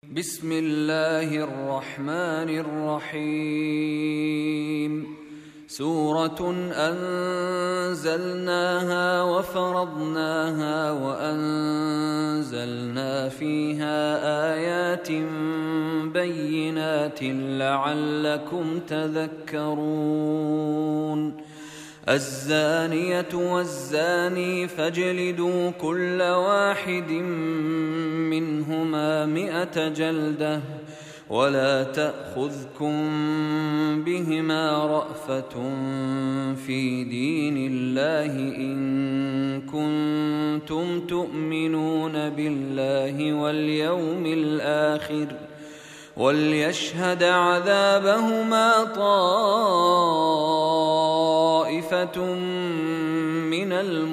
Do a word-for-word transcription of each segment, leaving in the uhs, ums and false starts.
بسم الله الرحمن الرحيم سورة أنزلناها وفرضناها وأنزلنا فيها آيات بينات لعلكم تذكرون الزانية والزاني فاجلدوا كل واحد منهما مئة جلدة ولا تأخذكم بهما رأفة في دين الله إن كنتم تؤمنون بالله واليوم الآخر وليشهد عذابهما طائفة من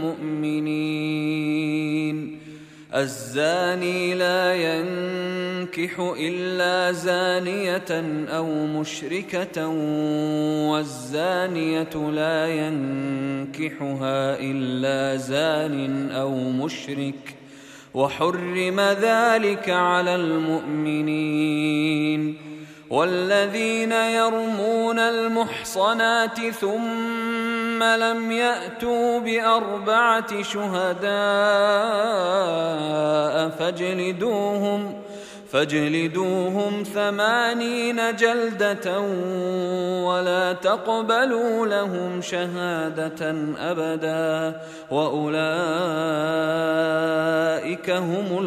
المؤمنين الزاني لا ينكح إلا زانية أو مشركة والزانية لا ينكحها إلا زان أو مشرك وحرم ذلك على المؤمنين والذين يرمون المحصنات ثم لم يأتوا بأربعة شهداء فاجلدوهم فاجلدوهم ثمانين جلدة ولا تقبلوا لهم شهادة أبدا وأولئك هم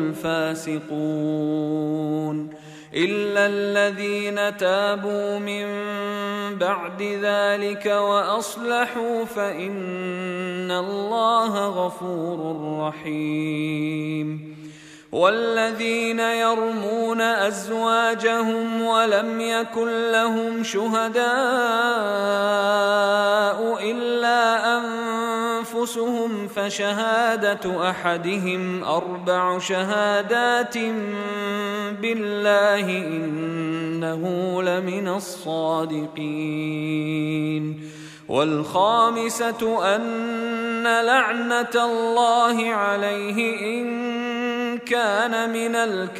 الفاسقون إلا الذين تابوا من بعد ذلك وأصلحوا فإن الله غفور رحيم والذين يرمون أزواجهم ولم يكن لهم شهداء إلا أنفسهم فشهادة أحدهم أربع شهادات بالله إنه لمن الصادقين والخامسة أن لعنة الله عليه إن كان من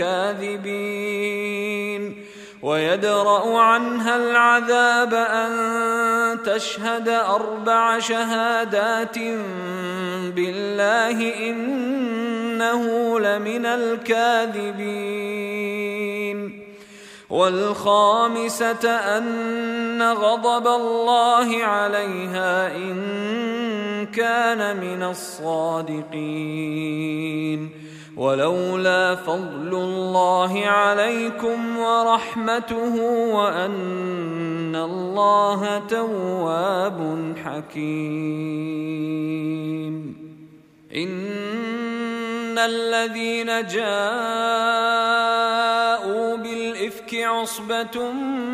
الكاذبين ويدرأ عنها العذاب أن تشهد أربع شهادات بالله إنه لمن الكاذبين والخامسة أن غضب الله عليها إن كان من الصادقين ولولا فضل الله عليكم ورحمته وأن الله تواب حكيم إن الذين جاءوا بالإفك عصبة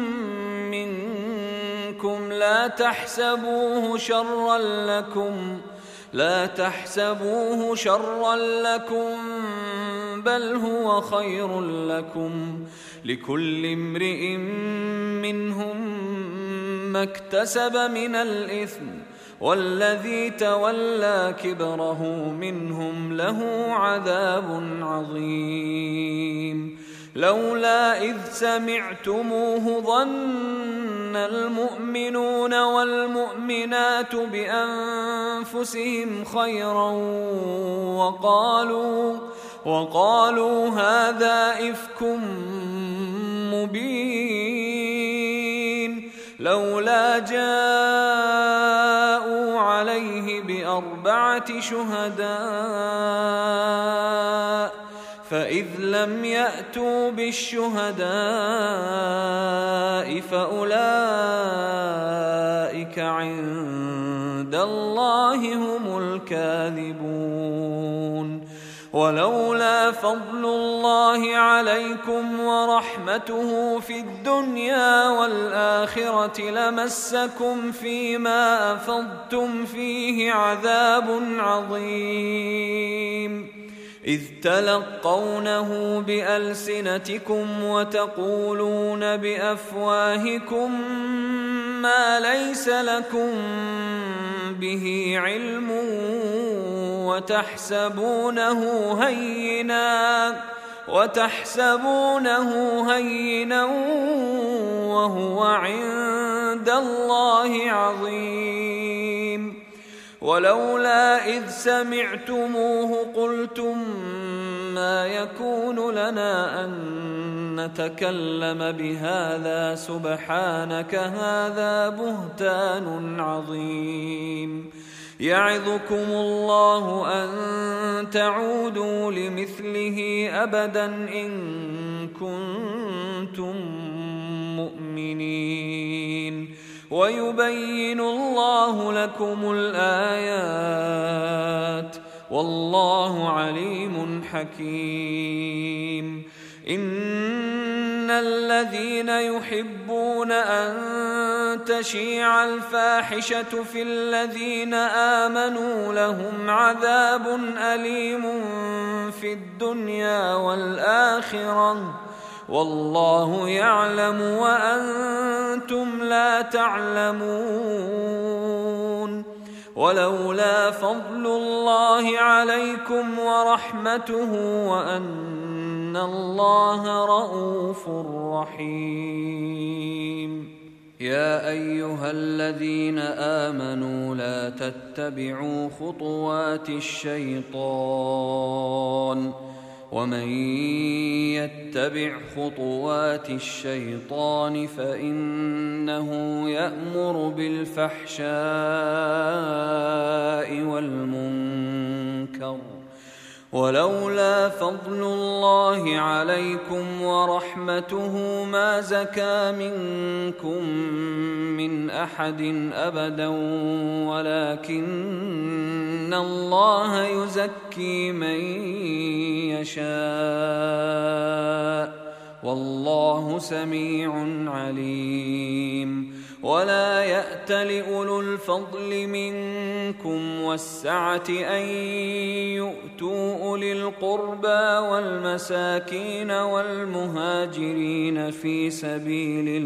منكم لا تحسبوه شرا لكم لا تحسبوه شرا لكم بل هو خير لكم لكل امرئ منهم ما اكتسب من الإثم والذي تولى كبره منهم له عذاب عظيم لولا إذ سمعتموه ظن المؤمنون والمؤمنات بأنفسهم خيرا وقالوا وقالوا هذا إفك مبين لولا جاءوا عليه بأربعة شهداء فإذ لم يأتوا بالشهداء فأولئك عند الله هم الكاذبون ولولا فضل الله عليكم ورحمته في الدنيا والآخرة لمسكم فيما أفضتم فيه عذاب عظيم إذ تلقونه بألسنتكم وتقولون بأفواهكم ما ليس لكم به علم وتحسبونه هينا وتحسبونه هينا وهو عند الله عظيم ولولا إذ سمعتموه قلتم ما يكون لنا أن نتكلم بهذا سبحانك هذا بهتان عظيم يعظكم الله أن تعودوا لمثله أبدا إن كنتم مؤمنين ويبين الله لكم الآيات والله عليم حكيم إن الذين يحبون أن تشيع الفاحشة في الذين آمنوا لهم عذاب أليم في الدنيا والآخرة والله يعلم وأنتم لا تعلمون ولولا فضل الله عليكم ورحمته وأن الله رءوف رحيم يا أيها الذين آمنوا لا تتبعوا خطوات الشيطان ومن يتبع خطوات الشيطان فإنه يأمر بالفحشاء والمنكر ولولا فضل الله عليكم ورحمته ما زكى منكم من أحد أبدا ولكن الله يزكي من يشاء والله سميع عليم ولا يأت لأولو الفضل منكم والسعة أن يؤتوا أولي القربى والمساكين والمهاجرين في سبيل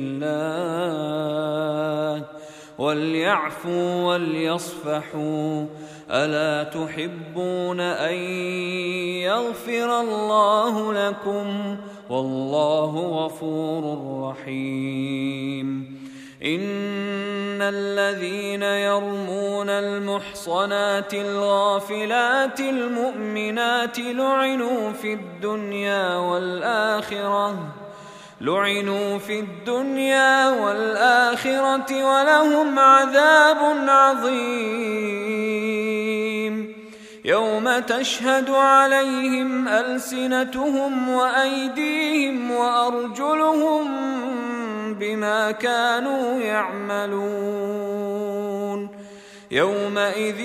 الله وليعفوا وليصفحوا ألا تحبون أن يغفر الله لكم والله غفور رحيم إن الذين يرمون المحصنات الغافلات المؤمنات لعنوا في الدنيا والآخرة لعنوا في الدنيا والآخرة ولهم عذاب عظيم يوم تشهد عليهم ألسنتهم وأيديهم وأرجلهم بما كانوا يعملون يومئذ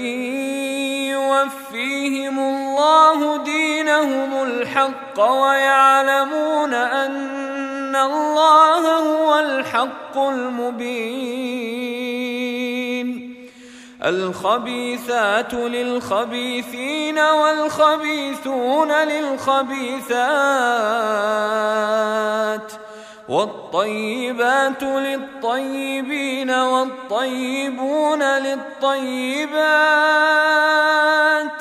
يوفيهم الله دينهم الحق ويعلمون أن الله هو الحق المبين الخبيثات للخبيثين والخبيثون للخبيثات والطيبات للطيبين والطيبون للطيبات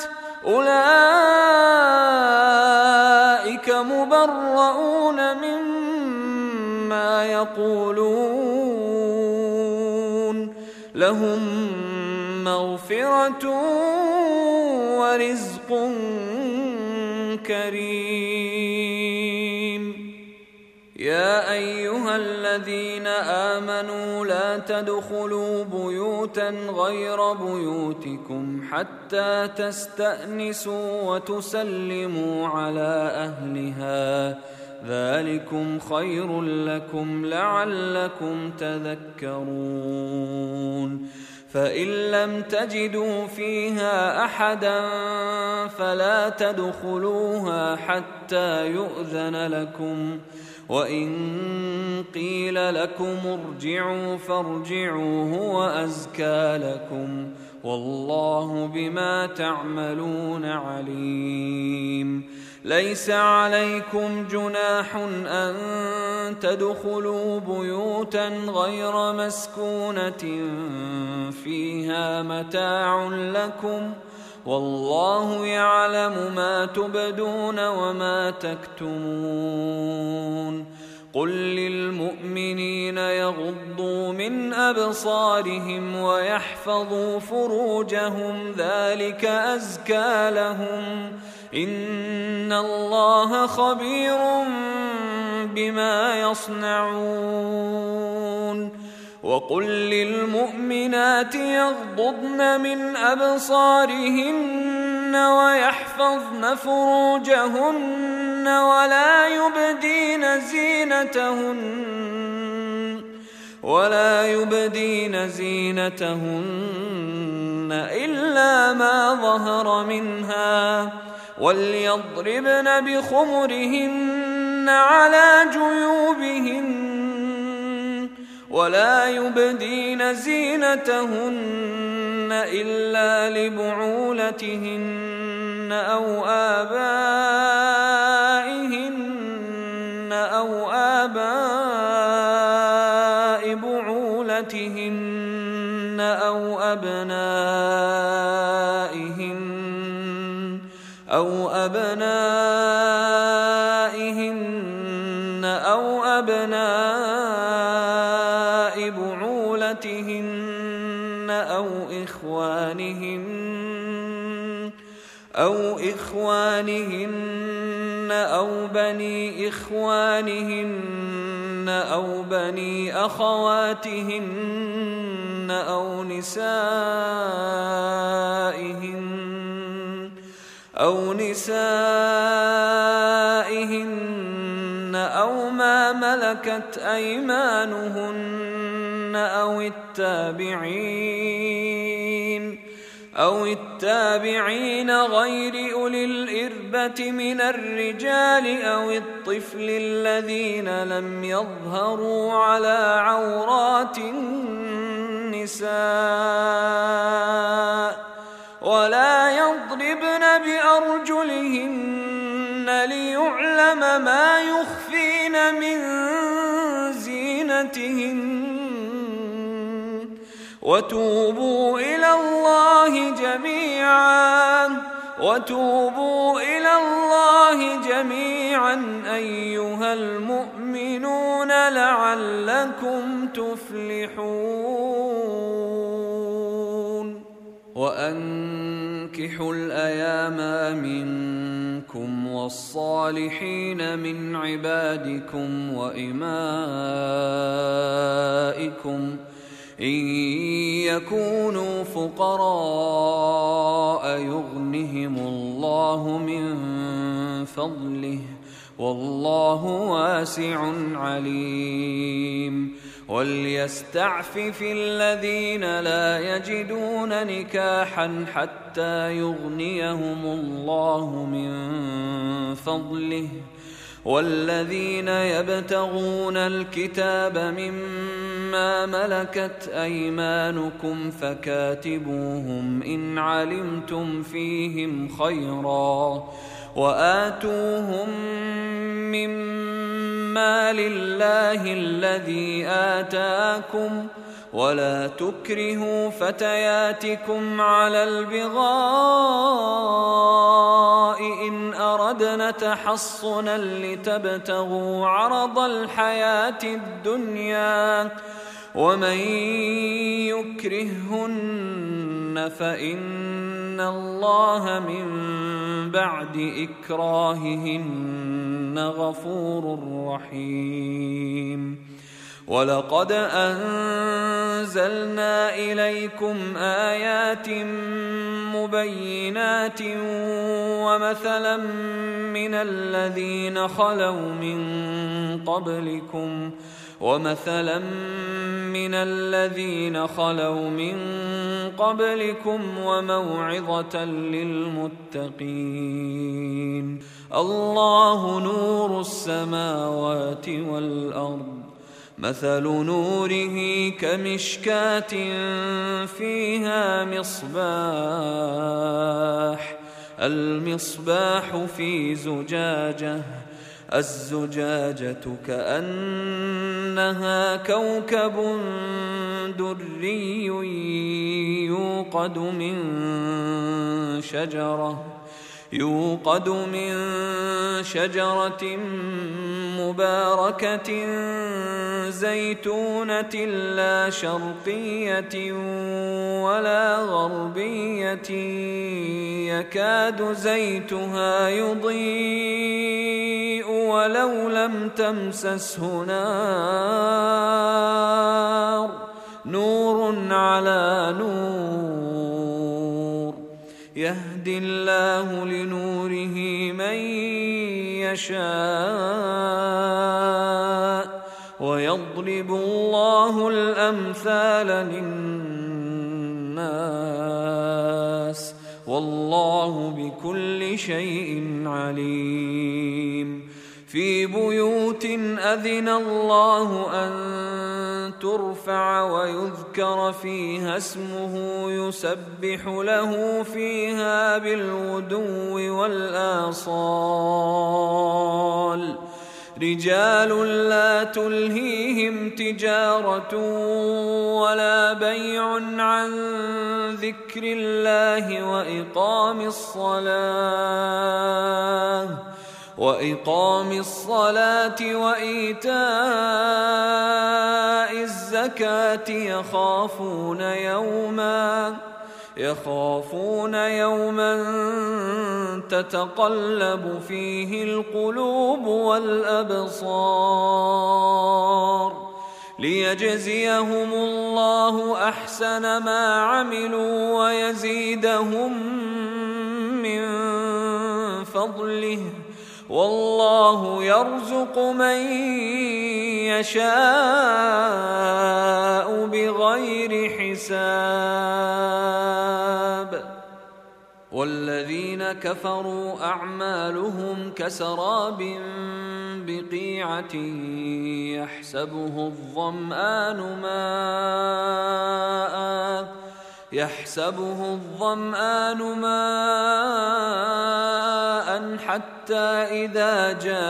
أولئك مبرؤون مما يقولون لهم مغفرة ورزق كريم يا أيها الذين آمنوا لا تدخلوا بيوتا غير بيوتكم حتى تستأنسوا وتسلموا على أهلها ذلكم خير لكم لعلكم تذكرون فإن لم تجدوا فيها أحدا فلا تدخلوها حتى يؤذن لكم وإن قيل لكم ارجعوا فارجعوا هو أزكى لكم والله بما تعملون عليم ليس عليكم جناح أن تدخلوا بيوتا غير مسكونة فيها متاع لكم والله يعلم ما تبدون وما تكتمون قل للمؤمنين يغضوا من أبصارهم ويحفظوا فروجهم ذلك أزكى لهم إن الله خبير بما يصنعون وقل للمؤمنات يغضضن من أبصارهن ويحفظن فروجهن ولا يبدين زينتهن ولا يبدين زينتهن إلا ما ظهر منها وليضربن بخمرهن على جيوبهن ولا يبدين زينتهن إلا لبعولتهن أو آبائهن أو آباء بعولتهن أو أبنائهن أو أبنائهن أو أبناء بعولتهن أو إخوانهن أو إخوانهن أو بني إخوانهن أو بني أخواتهن أو نسائهن أو نسائهن أو ما ملكت أيمانهن أو التابعين أو التابعين غير أولي الإربة من الرجال أو الطفل الذين لم يظهروا على عورات النساء ولا يضربن بأرجلهن ليعلم ما يخفين من زينتهن وتوبوا إلى الله جميعا وتوبوا إلى الله جميعا أيها المؤمنون لعلكم تفلحون وأنكحوا الأيام منكم والصالحين من عبادكم وإمائكم إن يكونوا فقراء يغنهم الله من فضله والله واسع عليم وليستعفف الذين لا يجدون نكاحا حتى يغنيهم الله من فضله والذين يبتغون الكتاب مما ملكت أيمانكم فكاتبوهم إن علمتم فيهم خيرا وآتوهم مما لله الذي آتاكم ولا تكرهوا فتياتكم على البغاء إن أردنا تحصنا لتبتغوا عرض الحياة الدنيا ومن يكرههن فإن الله من بعد إكراههن غفور رحيم ولقد أنزلنا إليكم آيات مبينات ومثلا من الذين خلوا من قبلكم ومثلا من الذين خلوا من قبلكم وموعظة للمتقين الله نور السماوات والأرض مثل نوره كمشكاة فيها مصباح المصباح في زجاجة الزجاجة كأنها كوكب دري يوقد من شجرة يوقد من شجرة مباركة زيتونة لا شرقية ولا غربية يكاد زيتها يضيء ولو لم تمسسه نار نور على نور يهدي الله لنوره من يشاء ويضرب الله الأمثال للناس والله بكل شيء عليم. في بيوت أذن الله أن ترفع ويذكر فيها اسمه يسبح له فيها بالغدو والآصال رجال لا تلهيهم تجارة ولا بيع عن ذكر الله وإقام الصلاة وإقام الصلاة وإيتاء الزكاة يخافون يوما يخافون يوما تتقلب فيه القلوب والأبصار ليجزيهم الله أحسن ما عملوا ويزيدهم من فضله والله يرزق من يشاء بغير حساب. والذين كفروا أعمالهم كسراب بقيعة يحسبه الظمآن ماء يحسبه الظمآن ماء حتى إذا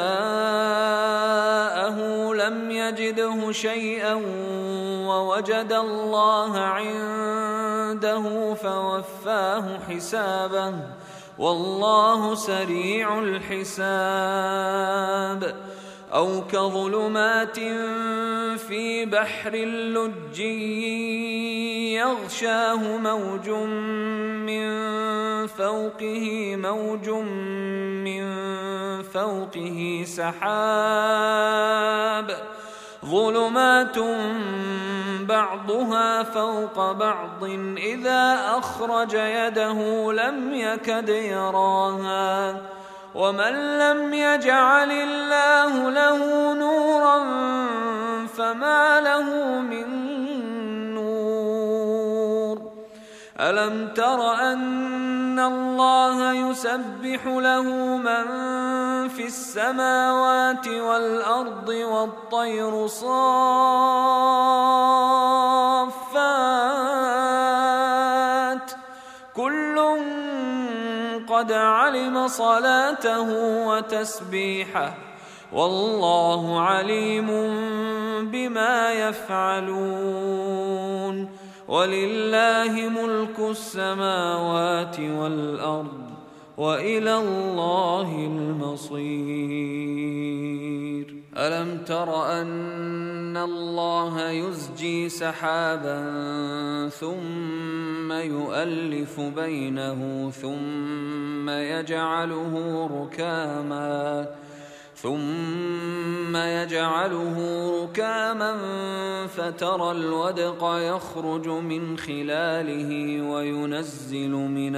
جاءه لم يجده شيئا ووجد الله عنده فوفاه حسابه والله سريع الحساب. أو كظلمات في بحر لجي يغشاه موج من فوقه موج من فوقه سحاب ظلمات بعضها فوق بعض إذا أخرج يده لم يكد يراها ومن لم يجعل الله له نورا فما له من نور. ألم تر أن الله يسبح له من في السماوات والأرض والطير صافات كل قد علم صلاته وتسبيحه والله عليم بما يفعلون. ولله ملك السماوات والأرض وإلى الله المصير. ألم تر أن الله يزجي سحابا ثم يؤلف بينه ثم يجعله ركاما ثم يجعله ركاما فترى الودق يخرج من خلاله وينزل من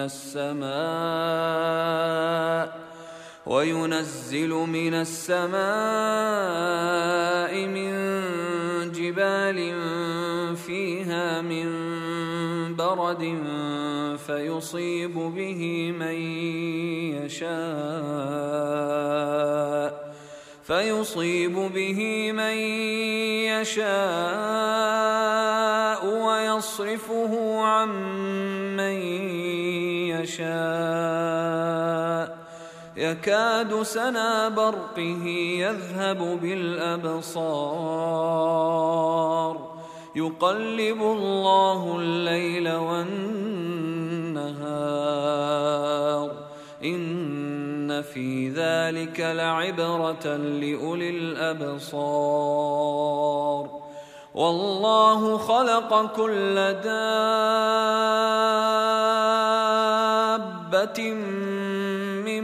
السماء وينزل من السماء من جبال فيها من برد فيصيب به من يشاء فيصيب به من يشاء ويصرفه عن من يشاء يكاد سنا برقه يذهب بالأبصار يقلب الله الليل والنهار إن في ذلك لعبرة لأولي الأبصار والله خلق كل دابة من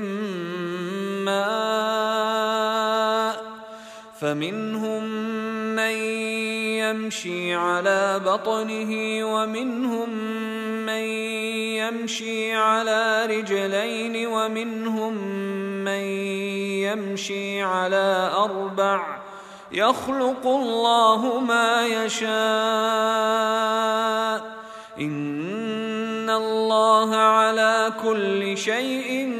ماء فمنهم من يمشي على بطنه ومنهم من يمشي على رجلين ومنهم من يمشي على أربع يخلق الله ما يشاء إن الله على كل شيء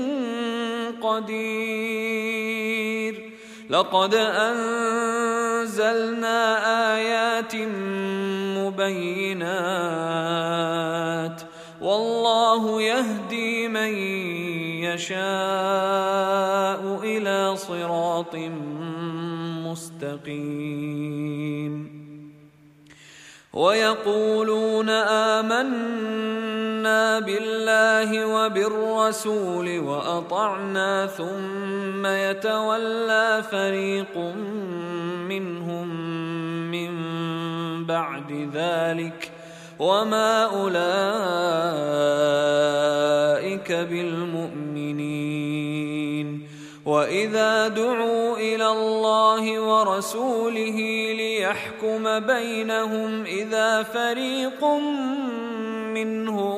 قدير لقد أنزلنا آيات مبينات والله يهدي من يشاء إلى صراط مستقيم ويقولون آمنا بالله وبالرسول وأطعنا ثم يتولى فريق منهم من بعد ذلك وما أولئك بالمؤمنين وإذا دعوا إلى الله ورسوله ليحكم بينهم إذا فريق منهم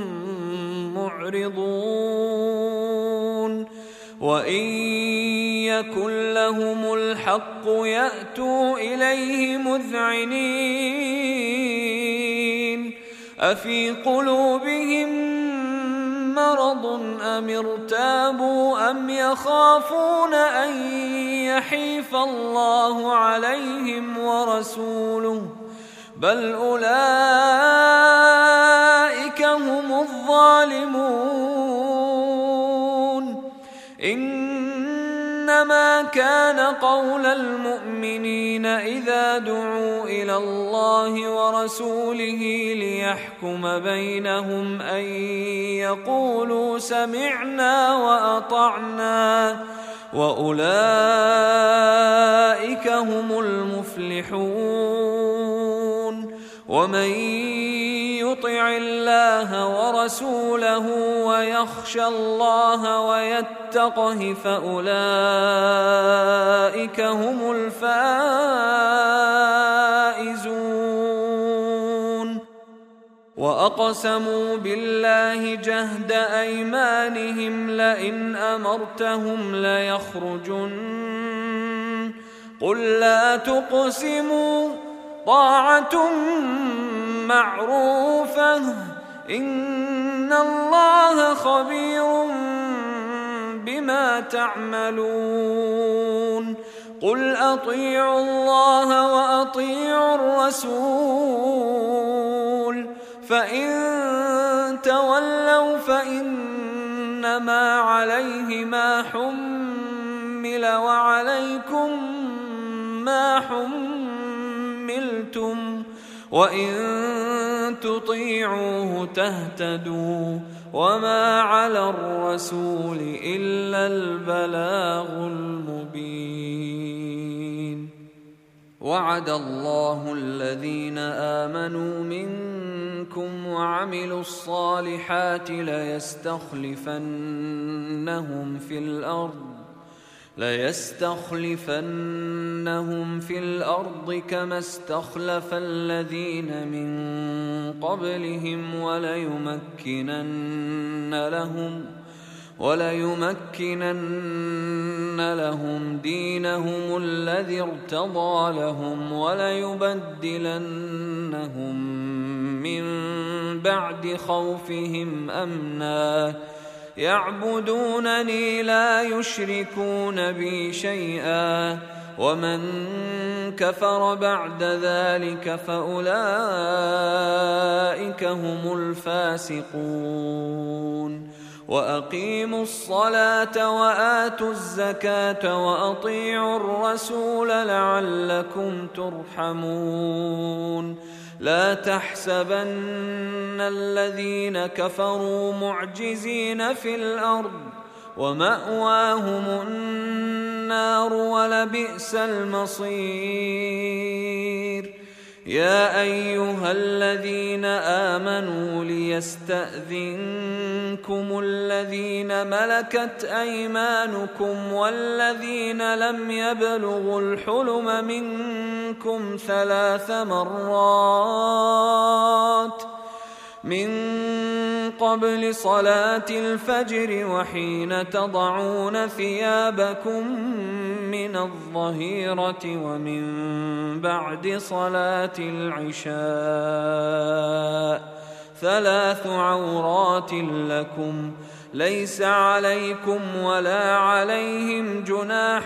معرضون وإن يكن لهم الحق يأتوا إليه مذعنين أفي قلوبهم مرض أم ارتابوا أم يخافون أن يحيف الله عليهم ورسوله بل أولئك هم الظالمون إنما كان قول المؤمنين إذا دعوا إلى الله ورسوله ليحكم بينهم أن يقولوا سمعنا وأطعنا وأولئك هم المفلحون ومن يطع الله ورسوله ويخشى الله ويتقه فأولئك هم الفائزون وأقسموا بالله جهد أيمانهم لئن أمرتهم ليخرجن قل لا تقسموا طاعة معروفة إن الله خبير بما تعملون قل أطيعوا الله وأطيعوا الرسول فإن تولوا فإنما عليه ما حمل وعليكم ما حملتم وإن تطيعوه تهتدوا وما على الرسول إلا البلاغ المبين وعد الله الذين آمنوا منكم وعملوا الصالحات ليستخلفنهم في الأرض ليستخلفنهم في الأرض كما استخلف الذين من قبلهم وليمكنن لهم وليمكنن لهم دينهم الذي ارتضى لهم وليبدلنهم من بعد خوفهم أمنا يعبدونني لا يشركون بي شيئا ومن كفر بعد ذلك فأولئك هم الفاسقون وأقيموا الصلاة وآتوا الزكاة وأطيعوا الرسول لعلكم ترحمون لا تحسبن الذين كفروا معجزين في الأرض ومأواهم النار ولبئس المصير يا أيها الذين آمنوا ليستأذنكم الذين ملكت أيمانكم والذين لم يبلغوا الحلم منكم ثلاث مرات من قبل صلاة الفجر وحين تضعون ثيابكم من الظهيرة ومن بعد صلاة العشاء ثلاث عورات لكم ليس عليكم ولا عليهم جناح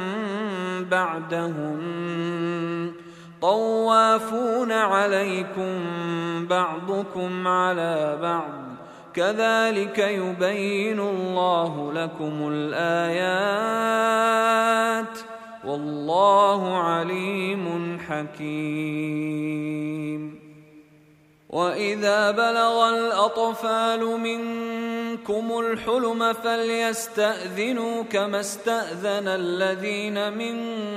بعدهم طوافون عليكم بعضكم على بعض كذلك يبين الله لكم الآيات والله عليم حكيم وإذا بلغ الأطفال منكم الحلم فليستأذنوا كما استأذن الذين من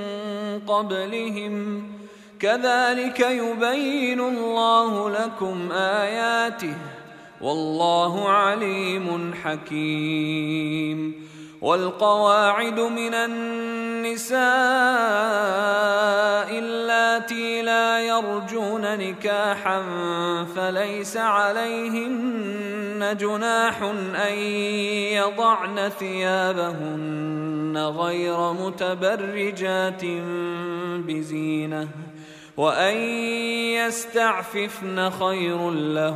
قبلهم كذلك يبين الله لكم آياته والله عليم حكيم والقواعد من النساء اللاتي لا يرجون نكاحا فليس عليهن جناح أن يضعن ثيابهن غير متبرجات بزينة وأن يستعففن خير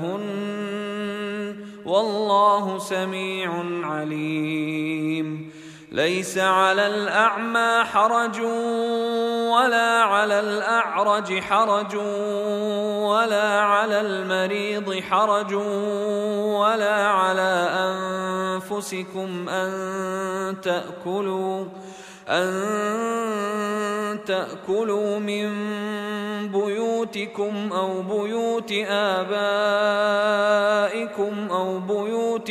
لهن والله سميع عليم ليس على الأعمى حرج ولا على الأعرج حرج ولا على المريض حرج ولا على أنفسكم أن تأكلوا أن تأكلوا من بيوتكم أو بيوت آبائكم أو بيوت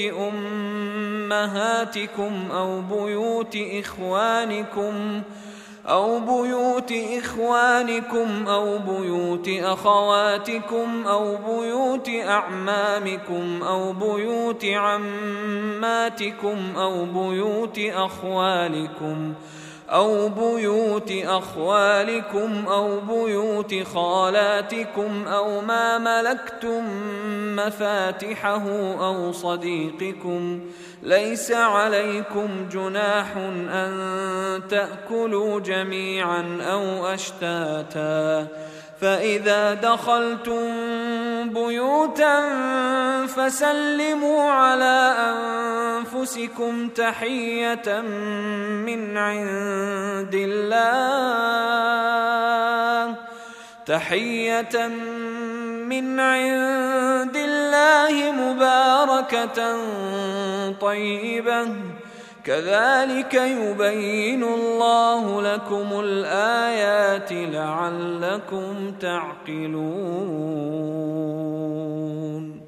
أمهاتكم أو بيوت إخوانكم أو بيوت إخوانكم أو بيوت أخواتكم أو بيوت أعمامكم أو بيوت عماتكم أو بيوت أخوالكم أو بيوت أخوالكم أو بيوت خالاتكم أو ما ملكتم مفاتحه أو صديقكم ليس عليكم جناح أن تأكلوا جميعا أو أشتاتا فإذا دخلتم بيوتا فسلموا على أنفسكم تحية من عند الله تحية من عند الله مباركة طيبة كذلك يبين الله لكم الآيات لعلكم تعقلون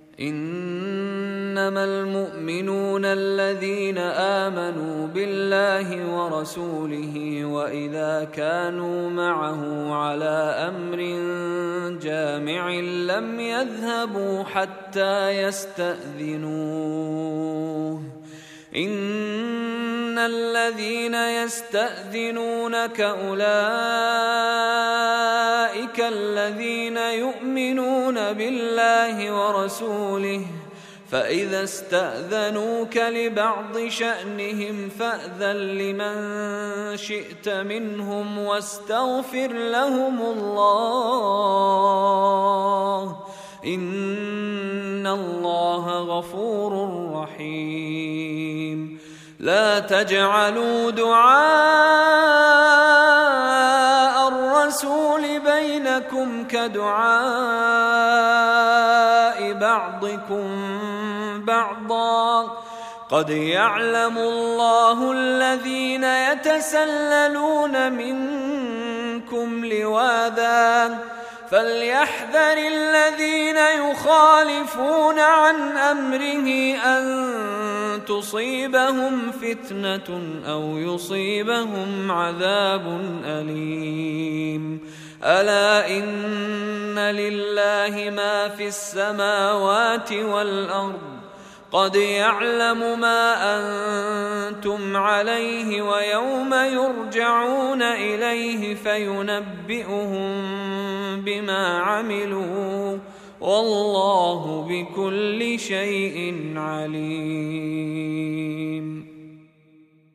إنما المؤمنون الذين آمنوا بالله ورسوله وإذا كانوا معه على أمر جامع لم يذهبوا حتى يستأذنوه إن الذين يستأذنونك أولئك الذين يؤمنون بالله ورسوله فإذا استأذنوك لبعض شأنهم فأذن لمن شئت منهم واستغفر لهم الله إن الله غفور رحيم لا تجعلوا دعاء الرسول بينكم كدعاء بعضكم بعضا قد يعلم الله الذين يتسللون منكم لواذا فليحذر الذين يخالفون عن أمره أن تصيبهم فتنة أو يصيبهم عذاب أليم. ألا إن لله ما في السماوات والأرض قد يعلم ما أنتم عليه ويوم يرجعون إليه فينبئهم بما عملوا والله بكل شيء عليم.